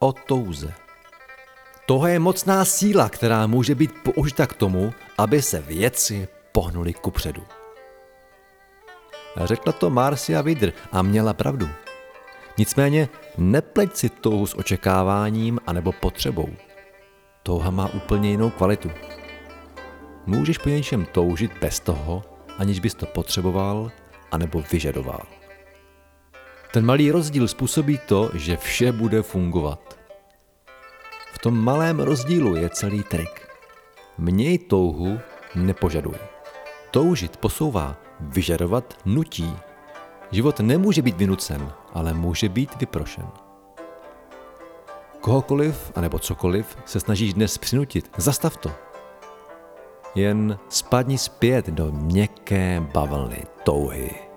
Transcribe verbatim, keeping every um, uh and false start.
o touze. Touha je mocná síla, která může být použita k tomu, aby se věci pohnuly kupředu. Řekla to Marcia Widr a měla pravdu. Nicméně nepleť si touhu s očekáváním anebo potřebou. Touha má úplně jinou kvalitu. Můžeš po něčem toužit bez toho, aniž bys to potřeboval anebo vyžadoval. Ten malý rozdíl způsobí to, že vše bude fungovat. V tom malém rozdílu je celý trik. Měj touhu, nepožaduj. Toužit posouvá, vyžadovat nutí. Život nemůže být vynucen, ale může být vyprošen. Kohokoliv anebo cokoliv se snažíš dnes přinutit, zastav to. Jen spadni zpět do měkké bavlny touhy.